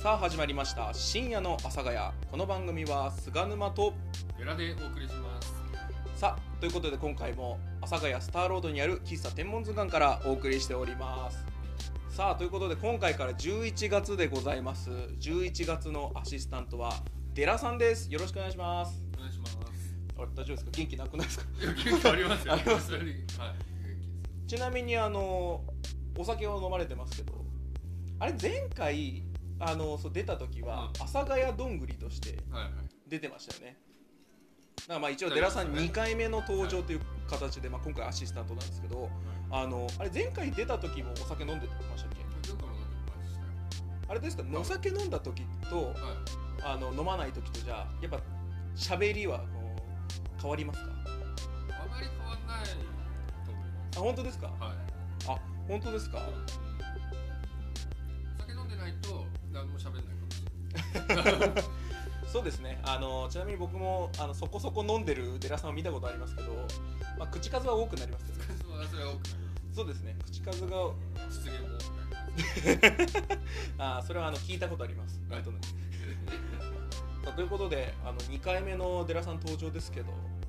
さあ始まりました深夜の阿佐ヶ谷。この番組は菅沼と寺でお送りします。 さあということで今回も阿佐ヶ谷スターロードにある喫茶天文図鑑からお送りしております。さあということで今回から11月でございます。11月のアシスタントは寺さんです。よろしくお願いします。 お願いします。 あれ大丈夫ですか？元気なくないですか？ いや元気ありますよ。 あります。 はい、元気です。 ちなみにお酒を飲まれてますけど、あれ前回そう出た時は阿佐ヶ谷どんぐりとして出てましたよね。だからまあ一応寺さん2回目の登場という形で、まあ今回アシスタントなんですけど、あれ前回出た時もお酒飲んでましたっけ？あれですか、お酒飲んだ時と、飲まない時とじゃあやっぱ喋りは変わりますか？ あまり変わんないと思います。 あ、本当ですか？ はい。 あ、本当ですか？ お酒飲んでないと何も喋んないかもしれない。 そうですね。ちなみに僕もそこそこ飲んでる寺さんを見たことありますけど、まあ、口数は多くなりますよね。 それは多くなります。 そうですね。口数が失言も多くなります。 あ、それは聞いたことあります。 はい、 ということで2回目の寺さん登場ですけど、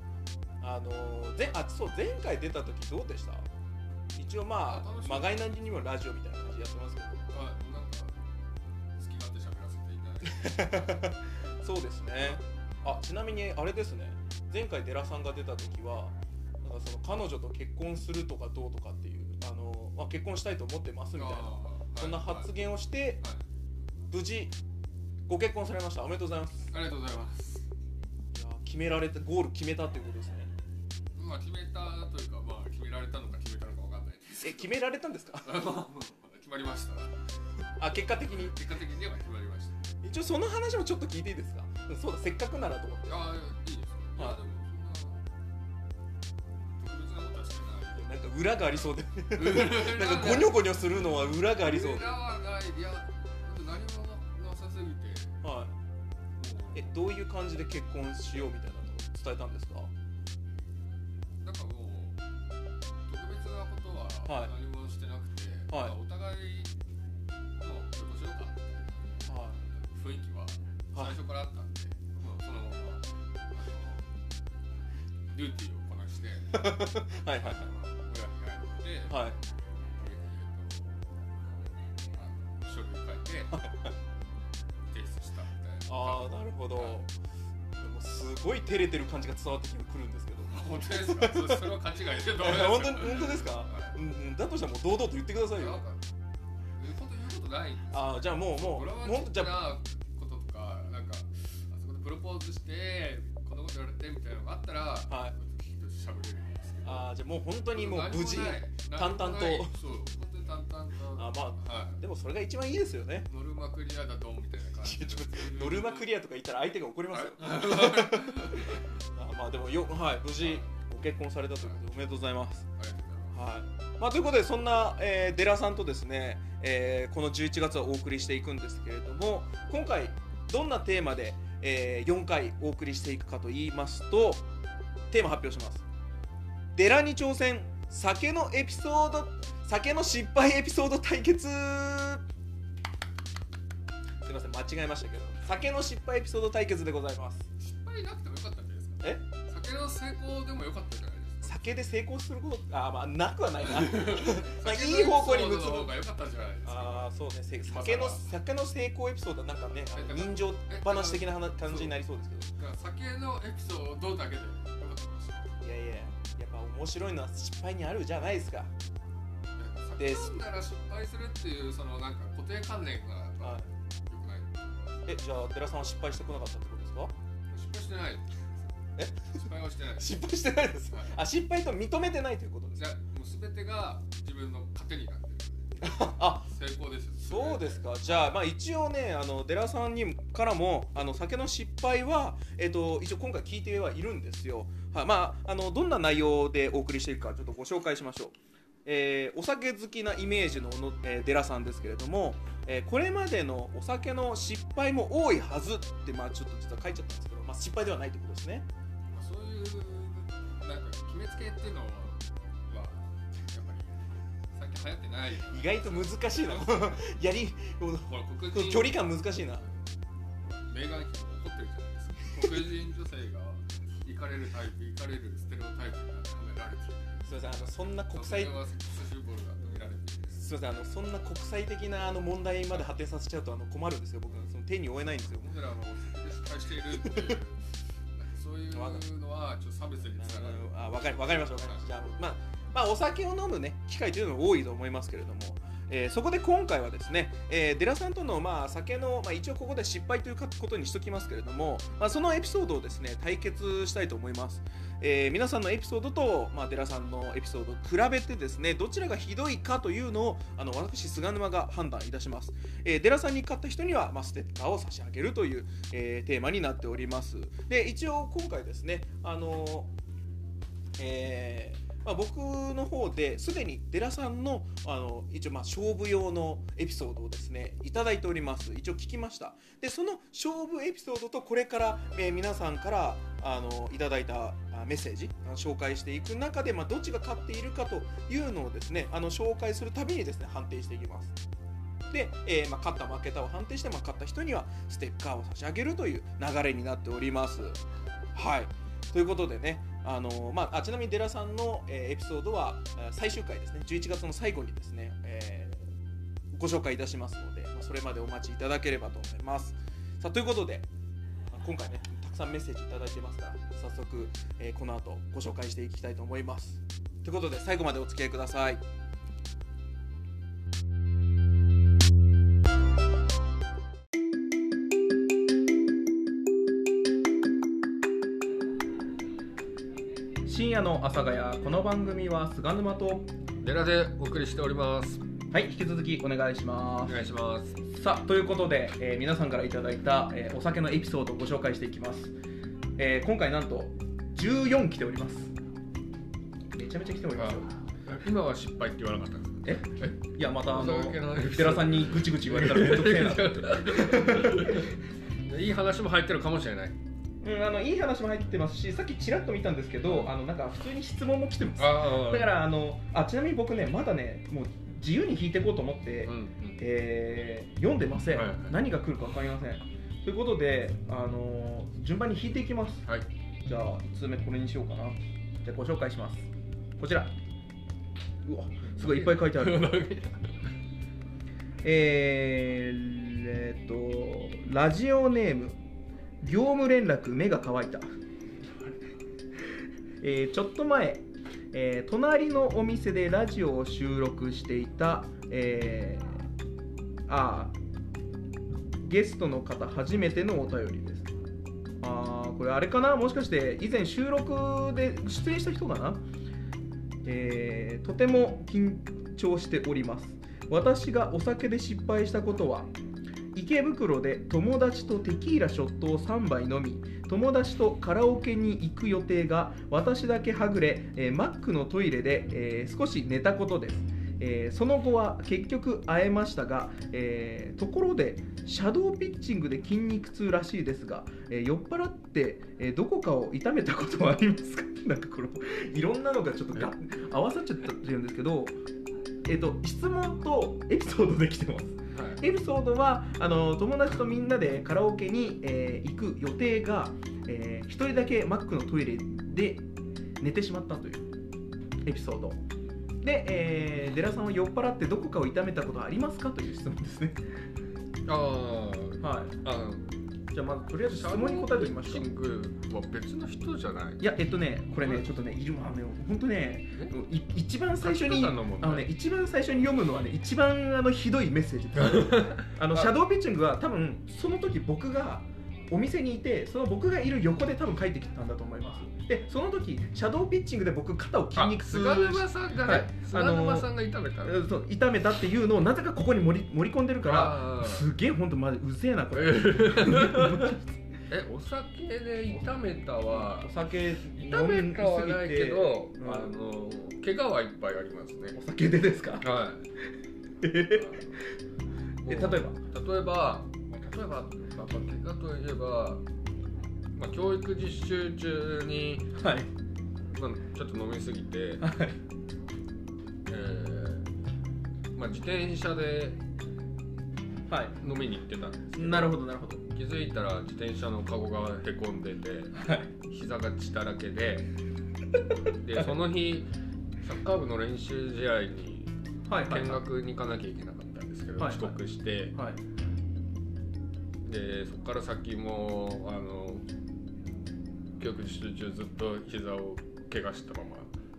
そう前回出た時どうでした？一応まあまがいなりにもラジオみたいな感じでやってますけど、 はい、なんか好き勝手喋らせていただいてそうですね。あ、ちなみにあれですね、前回寺さんが出た時はなんかその彼女と結婚するとかどうとかっていうまあ、結婚したいと思ってますみたいなそんな発言をして、はいはい、無事ご結婚されました。おめでとうございます。 ありがとうございます。 いや決められてゴール決めたということですね。 まあ決めたというか、まあ決められたのか決めたのかわかんないです。 決められたんですか？ 決まりました。 あ、結果的には決まりました。 一応その話もちょっと聞いていいですか？そうだ、せっかくならと思って。 ああ、いいですよ。いや、でも特別なことはしてない。 なんか裏がありそうでなんかゴニョゴニョするのは裏がありそうで。 裏はない。いや、何もなさすぎて。 はい。どういう感じで結婚しようみたいなのを伝えたんですか？ なんかもう特別なことは何もしてなくて、はい、お互いもう結婚しようかみたいな、はい、雰囲気は最初からあったんで、はい、そのままデューティーをこなしてはいはいはい、親に帰って、はい、書類書いて提出したみたいな。 ああ、なるほど。はい、でもすごい照れてる感じが伝わってくるんですけど。 本当ですか？それは勘違いで本当ですか？はい、だとしたらもう堂々と言ってくださいよ。 言うことないんです。 ああ、じゃあもうドラマチックなこととか、なんかあそこでプロポーズしてこのこと言われてみたいなのがあったら、はい、喋れるんですけど。 ああ、じゃあもう本当にもう無事淡々と。そう、 本当に淡々と。 あ、まあ、はい、でもそれが一番いいですよね。 ノルマクリアだとみたいな感じで。 ノルマクリアとか言ったら相手が怒りますよ。まあでもはい、無事ご結婚されたということでおめでとうございます。 ありがとうございます。 はい。まあ、ということでそんな、寺さんとですね、この11月はお送りしていくんですけれども、今回どんなテーマで、4回お送りしていくかと言いますと、テーマ発表します。寺に挑戦、酒の失敗エピソード対決。すいません、間違えましたけど、酒の失敗エピソード対決でございます。 失敗なくてもよかったんじゃないですか？酒の成功でもよかったじゃないですか。 酒で成功すること、まあなくはないな。まあいい方向に結ぶ方が良かったんじゃないですか。 ああ、そうね。酒の成功エピソードはなんかね、人情話的な感じになりそうですけど。 酒のエピソードだけで良かったかもしれない。 いやいや、やっぱ面白いのは失敗にあるじゃないですか。 酒飲んだら失敗するっていうそのなんか固定観念が良くない。 じゃあ寺さんは失敗してこなかったってことですか？ 失敗してない。失敗はしてない。 失敗してないです。はい、あ、失敗と認めてないということですか？ じゃもう全てが自分の糧になってる。 あ、 成功です。 そうですか。じゃあまあ一応ね、寺さんにからも酒の失敗は一応今回聞いてはいるんですよ。はい、まあどんな内容でお送りしていくかちょっとご紹介しましょう。お酒好きなイメージの寺さんですけれども、これまでのお酒の失敗も多いはずって、まあちょっと実は書いちゃったんですけど、まあ失敗ではないってことですね。 まあ、そういうなんか決めつけっていうのはやっぱり酒流行ってない。 意外と難しいなやり距離感難しいな。 メーガン妃も怒ってるじゃないですか。黒人女性がイカれるタイプ、イカれるステレオタイプに当てはめられている。 すみません、そんな国際、すみません、そんな国際的な問題まで発展させちゃうと困るんですよ。僕はその手に負えないんですよ。 僕らお酒で失敗しているっていうそういうのはちょっと差別につながる。 わかりました。じゃあまあお酒を飲むね機会というのも多いと思いますけれども、そこで今回はですね、デラさんとの酒の、一応ここで失敗ということにしときますけれども、そのエピソードをですね対決したいと思います。皆さんのエピソードと、デラさんのエピソードを比べてですね、どちらがひどいかというのを私菅沼が判断いたします。デラさんに勝った人には、ステッカーを差し上げるという、テーマになっております。で一応今回ですね僕の方ですでにデラさんの一応勝負用のエピソードをですねいただいております。一応聞きました。でその勝負エピソードとこれから、皆さんからいただいたメッセージ紹介していく中で、どっちが勝っているかというのをですね紹介するたびにですね判定していきます。で、勝った負けたを判定して、勝った人にはステッカーを差し上げるという流れになっております。はい、ということでねちなみにデラさんの、エピソードは最終回ですね、11月の最後にですね、ご紹介いたしますので、それまでお待ちいただければと思います。さあということで今回ねたくさんメッセージいただいてますから早速、この後ご紹介していきたいと思います。ということで最後までお付き合いください。深夜の阿佐ヶ谷、この番組は菅沼とデラでお送りしております。 はい、引き続きお願いします。 お願いします。 さあということで、皆さんからいただいた、お酒のエピソードをご紹介していきます。今回なんと14来ております。めちゃめちゃ来ておりますよ。 今は失敗って言わなかったんですか？ いやまたデラさんにぐちぐち言われたらめんどくせえなっていい話も入ってるかもしれない。 いい話も入ってますし、さっきちらっと見たんですけど、なんか普通に質問も来てます。だからちなみに僕ねまだねもう自由に弾いていこうと思って、読んでません、何が来るか分かりません。ということで順番に弾いていきます。はい、じゃあ1通目これにしようかな。じゃあご紹介します。こちら、うわすごいいっぱい書いてあるラジオネーム業務連絡目が乾いたちょっと前、隣のお店でラジオを収録していた、ゲストの方初めてのお便りです。これあれかな、もしかして以前収録で出演した人かな。とても緊張しております。私がお酒で失敗したことは、池袋で友達とテキーラショットを3杯飲み、友達とカラオケに行く予定が私だけはぐれ、マックのトイレで、少し寝たことです。その後は結局会えましたが、ところでシャドーピッチングで筋肉痛らしいですが、酔っ払って、どこかを痛めたことはありますか？なんかこれいろんなのがちょっと合わさっちゃったっていうんですけど、質問とエピソードできてます。エピソードは友達とみんなでカラオケに、行く予定が、1人だけマックのトイレで寝てしまったというエピソードで、デラさんは酔っ払ってどこかを痛めたことはありますかという質問ですね。じゃあまずとりあえず質問に答えておきましょう。 シングルは別の人じゃない？ いやこれねちょっとねいるわね本当ね一番最初に一番最初に読むのはね一番ひどいメッセージです。シャドーピッチングは多分その時僕がお店にいて、その僕がいる横で多分帰ってきたんだと思います。でその時シャドーピッチングで僕肩を筋肉痛菅沼さんがね、菅沼さんが痛めたそう痛めたっていうのをなぜかここに盛り込んでるから、すげえ本当マジうぜえなこれお酒で痛めたはお酒痛めたはないけど、怪我はいっぱいありますね。 お酒でですか？ はい例えば怪我といえば、教育実習中に、 はいちょっと飲みすぎて、 自転車で飲みに行ってたんですけど、 なるほどなるほど。 気づいたら自転車のカゴがへこんでて、膝が血だらけででその日サッカー部の見学試合に見学に行かなきゃいけなかったんですけど、遅刻して、でそこから先も記憶集中ずっと膝を怪我したまま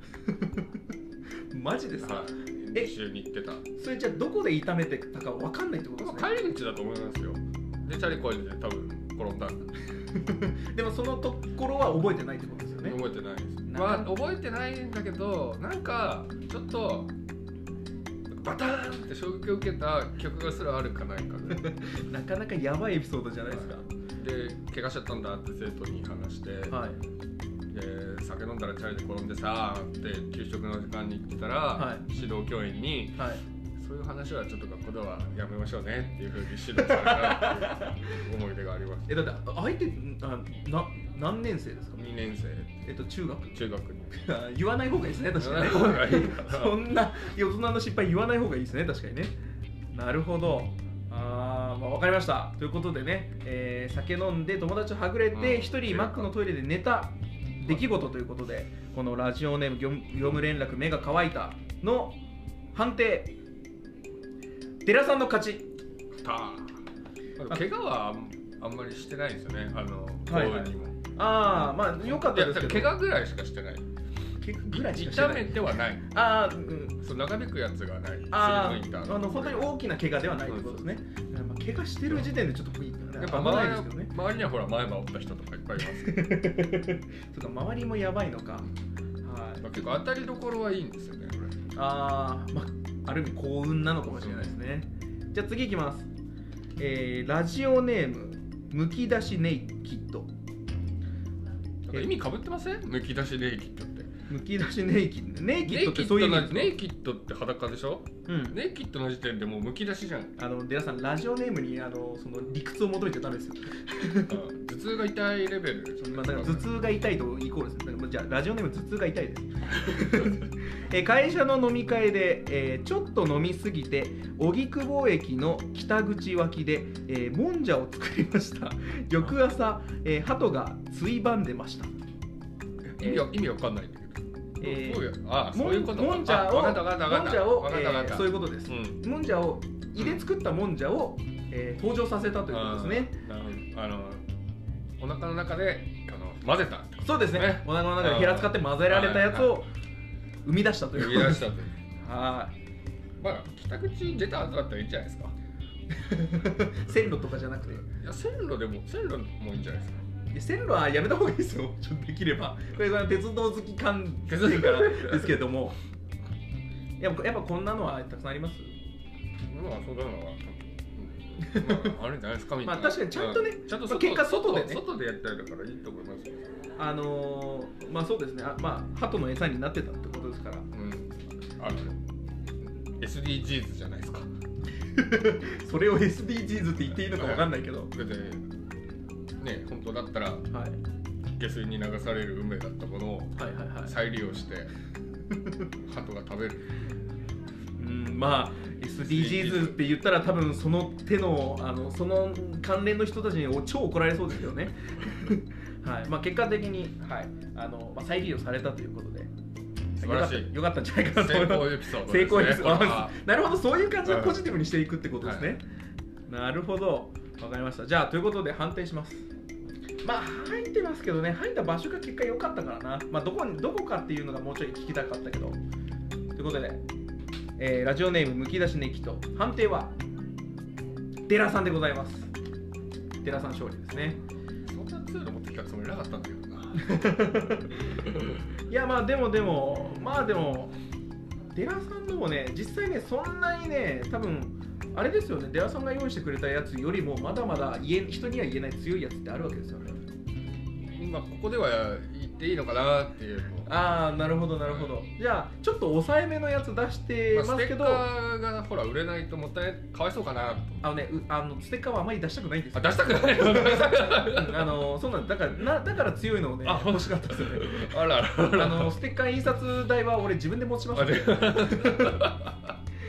マジですか？ 練習に行ってた。 それじゃあどこで痛めてたか分かんないってことですね。 帰り道だと思いますよ。でチャリこいで多分転んだんだでもそのところは覚えてないってことですよね。 覚えてないです。覚えてないんだけど、なんかちょっとバターンって衝撃を受けた記憶がすらあるかないかでなかなかやばいエピソードじゃないですか。 で怪我しちゃったんだって生徒に話して、で酒飲んだらチャリで転んでさーって給食の時間に行ってたら、指導教員に、そういう話はちょっと学校ではやめましょうねっていうふうに指導されたっていう思い出があります。 だって相手何年生ですか ？2年生。 中学に言わない方がいいですね、確かにね。そんな大人の失敗言わない方がいいですね、確かにね。なるほど。分かりました。ということでね、酒飲んで友達とはぐれて一人マックのトイレで寝た出来事ということで、このラジオネーム業務連絡目が乾いたの判定、寺さんの勝ち。 怪我はあんまりしてないんですよね、幸運にも。 まあ良かったですけど、 怪我ぐらいしかしてない。痛めてはない。そう長引くやつがない。 本当に大きな怪我ではないということですね。怪我してる時点でちょっとやっぱ周りにはほら前歯折った人とかいっぱいいますけどそうか、周りもやばいのか。 結構当たりどころはいいんですよね、これ。 ある意味幸運なのかもしれないですね。じゃあ次いきます。ラジオネームむき出しネイキッド。 意味かぶってません？むき出しネイキッドって。 むき出しネイキッド。ネイキッドってそういう意味ですか？ ネイキッドって裸でしょ？ネイキッドの時点でもうむき出しじゃん。 デラさん、ラジオネームにその理屈を求めちゃダメですよ。 頭痛が痛いレベル。 だから頭痛が痛いとイコールですね。じゃあラジオネーム頭痛が痛いです。会社の飲み会で、ちょっと飲みすぎて荻窪駅の北口脇で、もんじゃを作りました。翌朝、鳩がついばんでました。 意味わかんないんだけど。そういうこと。 もんじゃをそういうことです。もんじゃを胃で作ったもんじゃを登場させたということですね。 お腹の中で混ぜた。 そうですね。お腹の中でヘラ使って混ぜられたやつを生み出したということです。 北口出た後だったらいいんじゃないですか。 線路とかじゃなくて。いや線路もいいんじゃないですか。 線路はやめた方がいいですよ。ちょっとできれば。これ鉄道好き観点からですけれども、やっぱこんなのはたくさんあります。 そうだあれじゃないですかみたいな。 確かにちゃんとね、結果外でね。 外でやったりだからいいと思いますよ。そうですね。鳩の餌になってたってことですから。 SDGs じゃないですか。 それを SDGs って言っていいのかわかんないけど。 本当だったら下水に流される運命だったものを再利用して鳩が食べる。 SDGs って言ったら多分その手のその関連の人たちに超怒られそうですけどね。結果的に再利用されたということで素晴らしい。 よかったんじゃないかなと思います。 成功エピソードですね。 成功エピソード。なるほど、そういう感じでポジティブにしていくってことですね。なるほど、わかりました。じゃあということで判定します。入ってますけどね、入った場所が結果良かったからな。どこかっていうのがもうちょい聞きたかったけど。ということで、ラジオネームむき出しネキと判定はデラさんでございます。デラさん勝利ですね。 そんな強いの持ってきたつもりなかったんだけどな。 いやでもデラさんのもね、実際ねそんなにね多分あれですよね。デラさんが用意してくれたやつよりもまだまだ人には言えない強いやつってあるわけですよね。 ここでは言っていいのかなっていうの。 なるほどなるほど。じゃあちょっと抑えめのやつ出してますけど、 ステッカーがほら売れないともったいかわいそうかなと。 ステッカーはあまり出したくないんですよ。 出したくないそうなんだから強いのをね欲しかったですよね。ステッカー印刷代は俺自分で持ちましたね。俺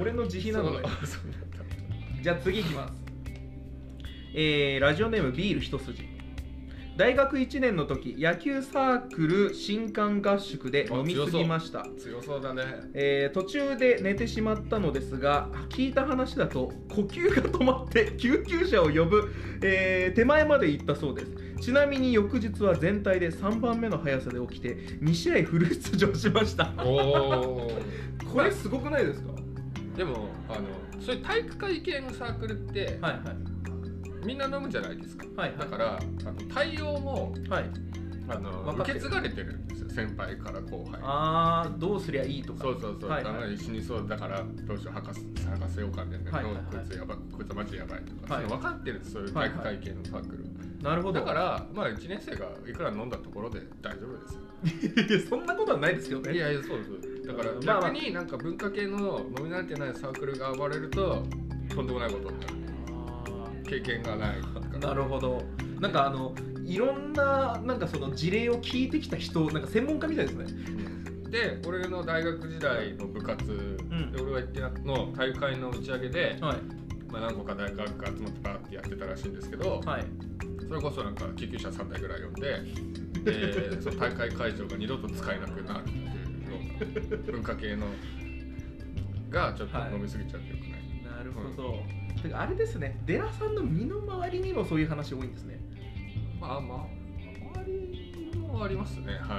俺の自費なので。じゃあ次いきます。ラジオネームビール一筋。大学1年の時、野球サークル新歓合宿で飲みすぎました。 強そうだね。 途中で寝てしまったのですが、聞いた話だと呼吸が止まって救急車を呼ぶ、手前まで行ったそうです。ちなみに翌日は全体で3番目の速さで起きて2試合フル出場しました。これすごくないですか？ でもそういう体育会系のサークルって、はいはい、みんな飲むじゃないですか、はいはい、だから対応も、はい、受け継がれてるんですよ、先輩から後輩。 どうすりゃいいとか。 そう、はいはい、死にそうだからどうしよう吐かせようかみたいな、はいはいはい、こいつやばい、こいつマジやばいとか、はい、そういうの分かってるんです、そういう体育会系のサークル、はいはい、なるほど。だからまあ1年生がいくら飲んだところで大丈夫ですよ。 いやそんなことはないですよね。 いやそうです。だから逆になんか文化系の飲み慣れてないサークルが暴れるととんでもないことになる。経験がない。 なるほど。なんかいろんななんかその事例を聞いてきた人、なんか専門家みたいですね。 で、俺の大学時代の部活、で俺が行っての大会の打ち上げで、はい、まあ、何個か大学が集まってバーってやってたらしいんですけど、はい、それこそなんか救急車3台ぐらい呼んで、その大会会場が二度と使えなくなるっていうような文化系のがちょっと飲みすぎちゃってよくない。はい、 なるほど。あれですね、デラさんの身の回りにもそういう話多いんですね。 まあ周りもありますね。はい。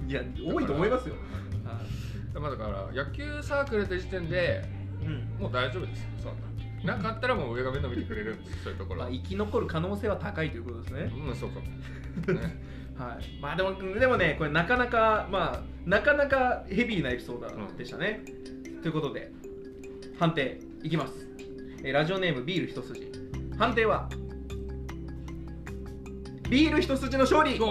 いや多いと思いますよ。 まあだから野球サークルって時点で、もう大丈夫ですよ。そうなんかあったらもう上が面倒見てくれるんです。そういうところ。 生き残る可能性は高いということですね。 そうか。ね。 はい。まあでもね、これなかなかヘビーなエピソードでしたね。ということで判定いきます。ラジオネームビール一筋。判定はビール一筋の勝利。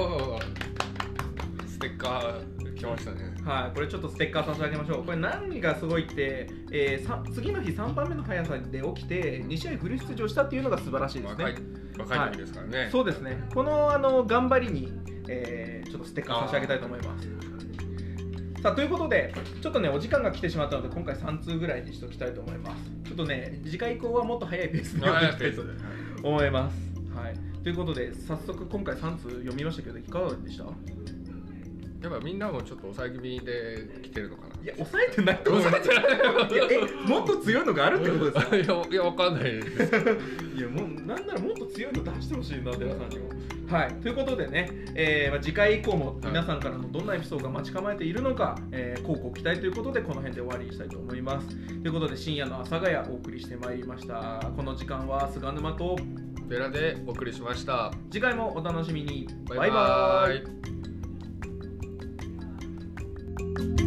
ステッカー来ましたね。 はい、これちょっとステッカー差し上げましょう。これ何がすごいって、次の日3番目の速さで起きて2試合フル出場したっていうのが素晴らしいですね。 若い時ですからね。はい、 そうですね。この頑張りに、ちょっとステッカー差し上げたいと思います。さあということでちょっとねお時間が来てしまったので今回3通ぐらいにしておきたいと思います。ちょっとね次回以降はもっと早いペースでやっていきたいと思います。はい。ということで早速今回3通読みましたけどいかがでした？ やっぱみんなもちょっと抑え気味で来てるのかな。 いや抑えてないと思う。もっと強いのがあるってことですか？ いやわかんないです。 いやもうなんならもっと強いの出してほしいなデラさんにも。はい、ということでね、次回以降も皆さんからのどんなエピソードが待ち構えているのか、こうご期待ということでこの辺で終わりにしたいと思います。ということで深夜の阿佐ヶ谷お送りしてまいりました。この時間は菅沼とベラでお送りしました。 次回もお楽しみに。 バイバイ。